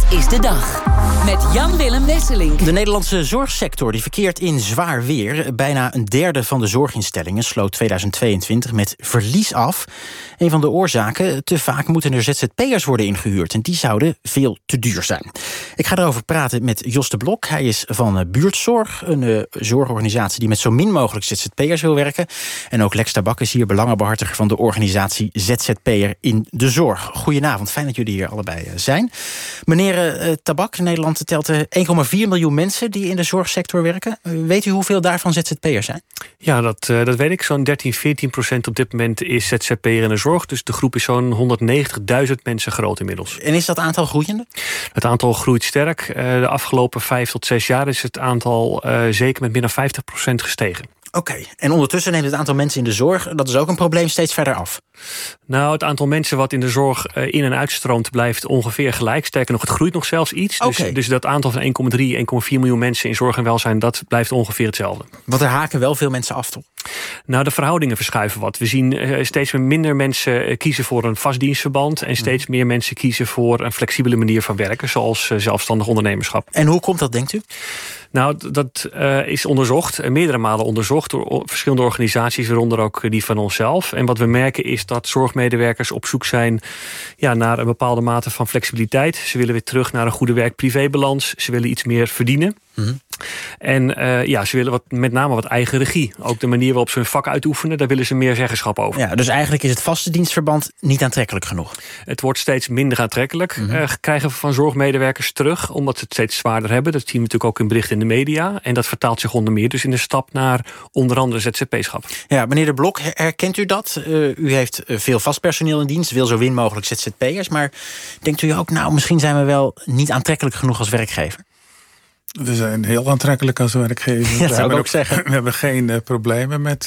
is de dag. Met Jan-Willem Wesseling. De Nederlandse zorgsector die verkeert in zwaar weer. Bijna een derde van de zorginstellingen sloot 2022 met verlies af. Een van de oorzaken: te vaak moeten er ZZP'ers worden ingehuurd. En die zouden veel te duur zijn. Ik ga erover praten met Jos de Blok. Hij is van Buurtzorg, een zorgorganisatie die met zo min mogelijk ZZP'ers wil werken. En ook Lex Tabak is hier, belangenbehartiger van de organisatie ZZP'er in de Zorg. Goedenavond, fijn dat jullie hier allebei zijn. Meneer Tabak, Nederland telt 1,4 miljoen mensen die in de zorgsector werken. Weet u hoeveel daarvan ZZP'ers zijn? Ja, dat weet ik. Zo'n 13-14% op dit moment is ZZP'er in de zorg. Dus de groep is zo'n 190.000 mensen groot inmiddels. En is dat aantal groeiende? Het aantal groeit sterk. De afgelopen 5 tot 6 jaar is het aantal zeker met meer dan 50% gestegen. Oké, en ondertussen neemt het aantal mensen in de zorg, dat is ook een probleem, steeds verder af. Nou, het aantal mensen wat in de zorg in- en uitstroomt blijft ongeveer gelijk. Sterker nog, het groeit nog zelfs iets. Okay. Dus dat aantal van 1,3, 1,4 miljoen mensen in zorg en welzijn, dat blijft ongeveer hetzelfde. Want er haken wel veel mensen af, toch? Nou, de verhoudingen verschuiven wat. We zien steeds minder mensen kiezen voor een vast dienstverband en steeds meer mensen kiezen voor een flexibele manier van werken, zoals zelfstandig ondernemerschap. En hoe komt dat, denkt u? Nou, dat is onderzocht, meerdere malen onderzocht door verschillende organisaties, waaronder ook die van onszelf. En wat we merken is dat zorgmedewerkers op zoek zijn naar een bepaalde mate van flexibiliteit. Ze willen weer terug naar een goede werk-privébalans. Ze willen iets meer verdienen. Mm-hmm. En ze willen met name wat eigen regie. Ook de manier waarop ze hun vak uitoefenen, daar willen ze meer zeggenschap over. Ja, dus eigenlijk is het vaste dienstverband niet aantrekkelijk genoeg? Het wordt steeds minder aantrekkelijk. Krijgen we van zorgmedewerkers terug, omdat ze het steeds zwaarder hebben. Dat zien we natuurlijk ook in berichten in de media. En dat vertaalt zich onder meer dus in de stap naar onder andere ZZP-schap. Ja, meneer de Blok, herkent u dat? U heeft veel vast personeel in dienst, wil zo min mogelijk ZZP'ers. Maar denkt u ook, misschien zijn we wel niet aantrekkelijk genoeg als werkgever? We zijn heel aantrekkelijk als werkgever. Ja, dat zou ik ook zeggen. We hebben geen problemen met...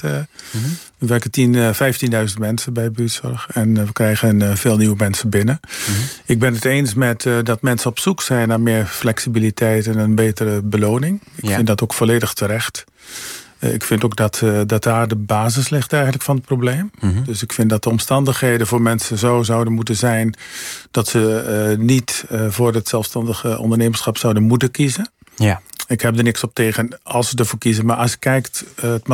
We werken 15.000 mensen bij Buurtzorg. En we krijgen veel nieuwe mensen binnen. Ik ben het eens met dat mensen op zoek zijn naar meer flexibiliteit en een betere beloning. Ik vind dat ook volledig terecht. Ik vind ook dat daar de basis ligt eigenlijk van het probleem. Dus ik vind dat de omstandigheden voor mensen zo zouden moeten zijn dat ze niet voor het zelfstandige ondernemerschap zouden moeten kiezen. Ja. Ik heb er niks op tegen als ze ervoor kiezen. Maar als je kijkt,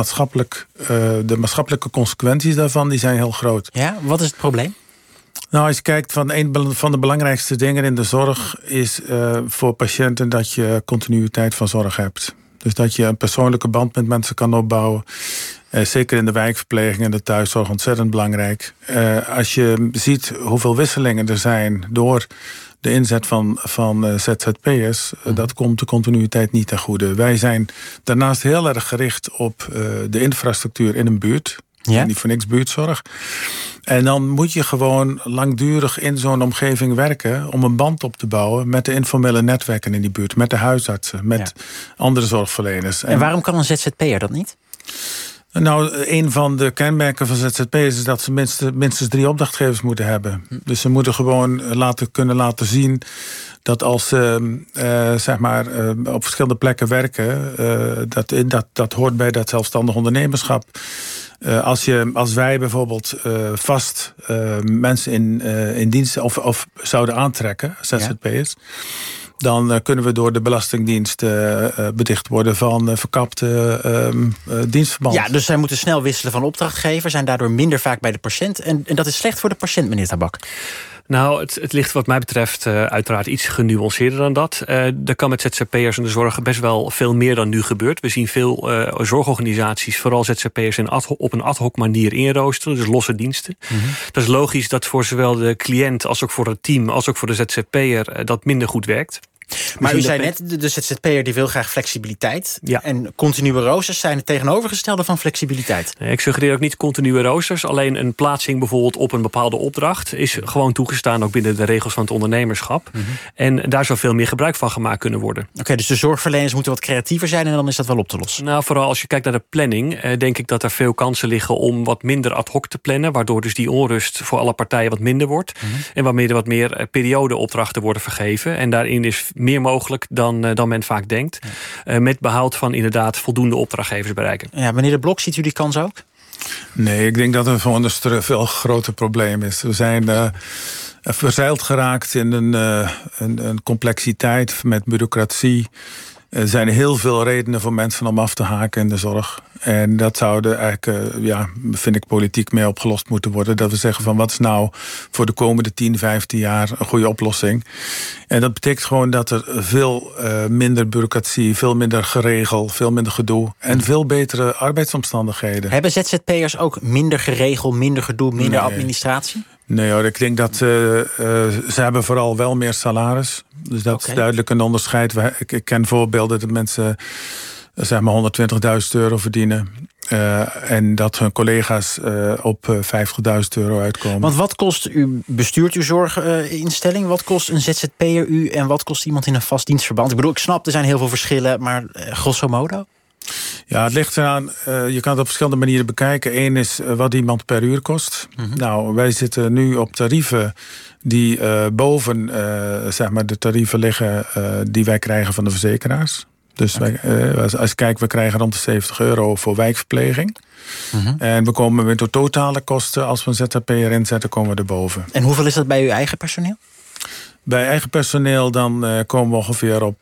de maatschappelijke consequenties daarvan, die zijn heel groot. Ja, wat is het probleem? Nou, als je kijkt, een van de belangrijkste dingen in de zorg is voor patiënten dat je continuïteit van zorg hebt. Dus dat je een persoonlijke band met mensen kan opbouwen. Zeker in de wijkverpleging en de thuiszorg ontzettend belangrijk. Als je ziet hoeveel wisselingen er zijn door de inzet van ZZP'ers, dat komt de continuïteit niet ten goede. Wij zijn daarnaast heel erg gericht op de infrastructuur in een buurt. Ja? Niet voor niks buurtzorg. En dan moet je gewoon langdurig in zo'n omgeving werken om een band op te bouwen met de informele netwerken in die buurt, met de huisartsen, met andere zorgverleners. En waarom kan een ZZP'er dat niet? Nou, een van de kenmerken van ZZP'ers is dat ze minstens 3 opdrachtgevers moeten hebben. Dus ze moeten gewoon kunnen laten zien dat als ze op verschillende plekken werken, dat hoort bij dat zelfstandig ondernemerschap. Als wij bijvoorbeeld vast mensen in dienst of zouden aantrekken, ZZP'ers, dan kunnen we door de Belastingdienst bedicht worden van verkapte dienstverbanden. Ja, dus zij moeten snel wisselen van opdrachtgever, zijn daardoor minder vaak bij de patiënt. En dat is slecht voor de patiënt, meneer Tabak. Nou, het ligt wat mij betreft uiteraard iets genuanceerder dan dat. Er kan met ZZP'ers in de zorg best wel veel meer dan nu gebeurt. We zien veel zorgorganisaties, vooral ZZP'ers op een ad hoc manier inroosteren. Dus losse diensten. Dat is logisch dat voor zowel de cliënt als ook voor het team, als ook voor de ZZP'er dat minder goed werkt. Maar u zei net, de ZZP'er die wil graag flexibiliteit. Ja. En continue roosters zijn het tegenovergestelde van flexibiliteit. Nee, ik suggereer ook niet continue roosters. Alleen een plaatsing bijvoorbeeld op een bepaalde opdracht is gewoon toegestaan, ook binnen de regels van het ondernemerschap. En daar zou veel meer gebruik van gemaakt kunnen worden. Oké, dus de zorgverleners moeten wat creatiever zijn en dan is dat wel op te lossen. Nou, vooral als je kijkt naar de planning, denk ik dat er veel kansen liggen om wat minder ad hoc te plannen, waardoor dus die onrust voor alle partijen wat minder wordt. En waarmee er wat meer periodeopdrachten worden vergeven. En daarin is meer mogelijk dan men vaak denkt. Met behoud van inderdaad voldoende opdrachtgevers bereiken. Ja, meneer de Blok, ziet u die kans ook? Nee, ik denk dat er gewoon een veel groter probleem is. We zijn verzeild geraakt in een complexiteit met bureaucratie. Er zijn heel veel redenen voor mensen om af te haken in de zorg. En dat zou eigenlijk, vind ik, politiek mee opgelost moeten worden. Dat we zeggen van wat is nou voor de komende 10, 15 jaar een goede oplossing. En dat betekent gewoon dat er veel minder bureaucratie, veel minder geregel, veel minder gedoe en veel betere arbeidsomstandigheden. Hebben ZZP'ers ook minder geregel, minder gedoe, minder administratie? Nee hoor, ik denk dat ze hebben vooral wel meer salaris. Dus dat is duidelijk een onderscheid. Ik ken voorbeelden dat mensen zeg maar €120.000 verdienen. En dat hun collega's op €50.000 uitkomen. Want wat kost u, bestuurt uw zorginstelling? Wat kost een ZZP'er u en wat kost iemand in een vast dienstverband? Ik bedoel, ik snap, er zijn heel veel verschillen, maar grosso modo? Ja, het ligt eraan. Je kan het op verschillende manieren bekijken. Eén is wat iemand per uur kost. Nou, wij zitten nu op tarieven die boven zeg maar de tarieven liggen die wij krijgen van de verzekeraars. Dus als je kijkt, we krijgen rond de €70 voor wijkverpleging. En we komen met de totale kosten, als we een ZZP'er inzetten, komen we erboven. En hoeveel is dat bij uw eigen personeel? Bij eigen personeel dan komen we ongeveer op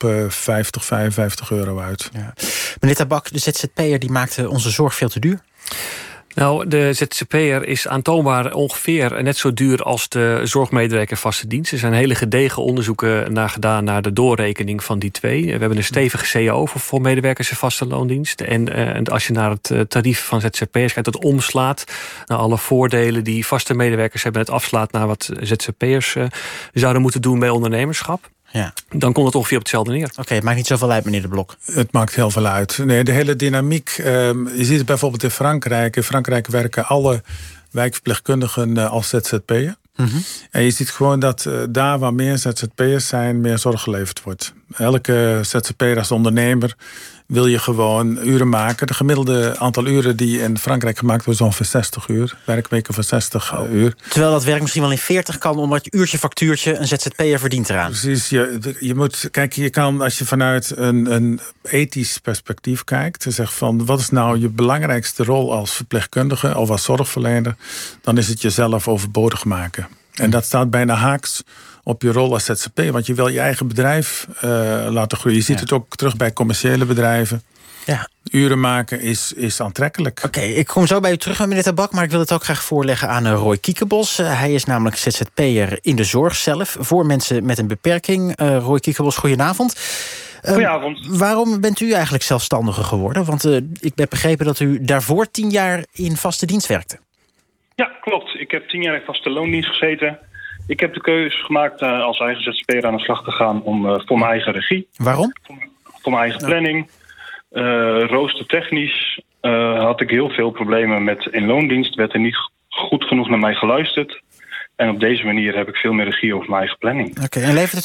€50-55 uit. Ja. Meneer Tabak, de ZZP'er die maakte onze zorg veel te duur. Nou, de ZZP'er is aantoonbaar ongeveer net zo duur als de zorgmedewerker vaste dienst. Er zijn hele gedegen onderzoeken naar gedaan naar de doorrekening van die twee. We hebben een stevige CAO voor medewerkers in vaste loondienst. En als je naar het tarief van ZZP'ers kijkt, dat omslaat naar alle voordelen die vaste medewerkers hebben, het afslaat naar wat ZZP'ers zouden moeten doen bij ondernemerschap. Ja. Dan komt het ongeveer op hetzelfde neer. Oké, het maakt niet zoveel uit, meneer De Blok. Het maakt heel veel uit. Nee, de hele dynamiek. Je ziet het bijvoorbeeld in Frankrijk. In Frankrijk werken alle wijkverpleegkundigen als ZZP'er. En je ziet gewoon dat daar waar meer ZZP'ers zijn, meer zorg geleverd wordt. Elke ZZP'er als ondernemer wil je gewoon uren maken. De gemiddelde aantal uren die in Frankrijk gemaakt wordt is ongeveer 60 uur. Werkweken van 60 uur. Terwijl dat werk misschien wel in 40 kan, omdat je uurtje factuurtje een ZZP'er verdient eraan. Precies. Je moet, kijk, je kan als je vanuit een ethisch perspectief kijkt en zegt van wat is nou je belangrijkste rol als verpleegkundige of als zorgverlener, dan is het jezelf overbodig maken. En dat staat bijna haaks op je rol als ZZP. Want je wil je eigen bedrijf laten groeien. Je ziet het ook terug bij commerciële bedrijven. Ja. Uren maken is aantrekkelijk. Oké, ik kom zo bij u terug, meneer Tabak, maar ik wil het ook graag voorleggen aan Roy Kiekebos. Hij is namelijk ZZP'er in de zorg zelf, voor mensen met een beperking. Roy Kiekebos, goedenavond. Goedenavond. Waarom bent u eigenlijk zelfstandiger geworden? Want ik heb begrepen dat u daarvoor 10 jaar in vaste dienst werkte. Ja, klopt. Ik heb 10 jaar in vaste loondienst gezeten. Ik heb de keuze gemaakt als eigen ZZP'er aan de slag te gaan voor mijn eigen regie. Waarom? Voor mijn eigen planning. Roostertechnisch had ik heel veel problemen met in loondienst. Werd er niet goed genoeg naar mij geluisterd. En op deze manier heb ik veel meer regie over mijn eigen planning. Oké, en levert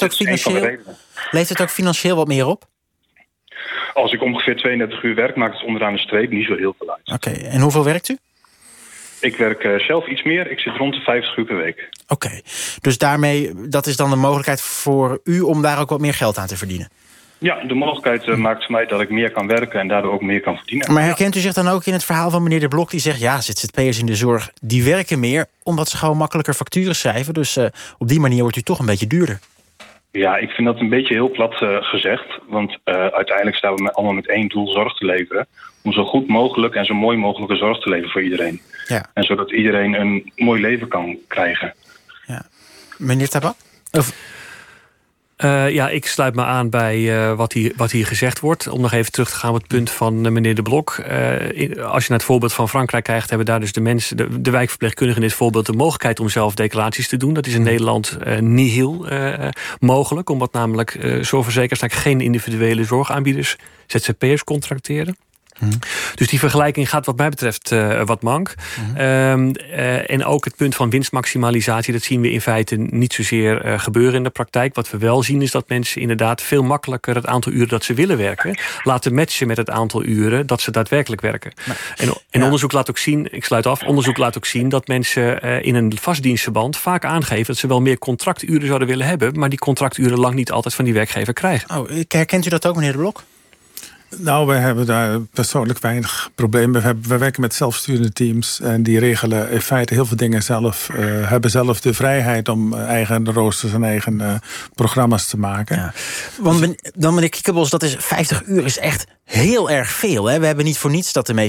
het ook financieel wat meer op? Als ik ongeveer 32 uur werk, maakt het onderaan de streep niet zo heel veel uit. Oké, en hoeveel werkt u? Ik werk zelf iets meer. Ik zit rond de 50 uur per week. Oké, dus daarmee, dat is dan de mogelijkheid voor u om daar ook wat meer geld aan te verdienen? Ja, de mogelijkheid maakt voor mij dat ik meer kan werken en daardoor ook meer kan verdienen. Maar herkent u zich dan ook in het verhaal van meneer De Blok die zegt, ja, ZZP'ers in de zorg, die werken meer omdat ze gewoon makkelijker facturen schrijven. Dus op die manier wordt u toch een beetje duurder. Ja, ik vind dat een beetje heel plat gezegd. Want uiteindelijk staan we allemaal met één doel, zorg te leveren. Om zo goed mogelijk en zo mooi mogelijke zorg te leveren voor iedereen. Ja. En zodat iedereen een mooi leven kan krijgen. Ja. Meneer Tabak? Ja, ik sluit me aan bij wat hier gezegd wordt. Om nog even terug te gaan op het punt van meneer De Blok. Als je naar het voorbeeld van Frankrijk kijkt, hebben daar dus de mensen, de wijkverpleegkundigen in dit voorbeeld, de mogelijkheid om zelf declaraties te doen. Dat is in Nederland niet heel mogelijk, omdat namelijk zorgverzekeraars geen individuele zorgaanbieders, ZZP'ers, contracteren. Dus die vergelijking gaat wat mij betreft wat mank. En ook het punt van winstmaximalisatie, dat zien we in feite niet zozeer gebeuren in de praktijk. Wat we wel zien is dat mensen inderdaad veel makkelijker het aantal uren dat ze willen werken laten matchen met het aantal uren dat ze daadwerkelijk werken. En onderzoek laat ook zien, ik sluit af, onderzoek laat ook zien dat mensen in een vastdienstverband vaak aangeven dat ze wel meer contracturen zouden willen hebben, maar die contracturen lang niet altijd van die werkgever krijgen. Oh, herkent u dat ook, meneer De Blok? Nou, we hebben daar persoonlijk weinig problemen. We werken met zelfsturende teams en die regelen in feite heel veel dingen zelf. Hebben zelf de vrijheid om eigen roosters en eigen programma's te maken. Ja. Want dan meneer Kiekebos, dat is 50 uur is echt heel erg veel. Hè? We hebben niet voor niets dat de meeste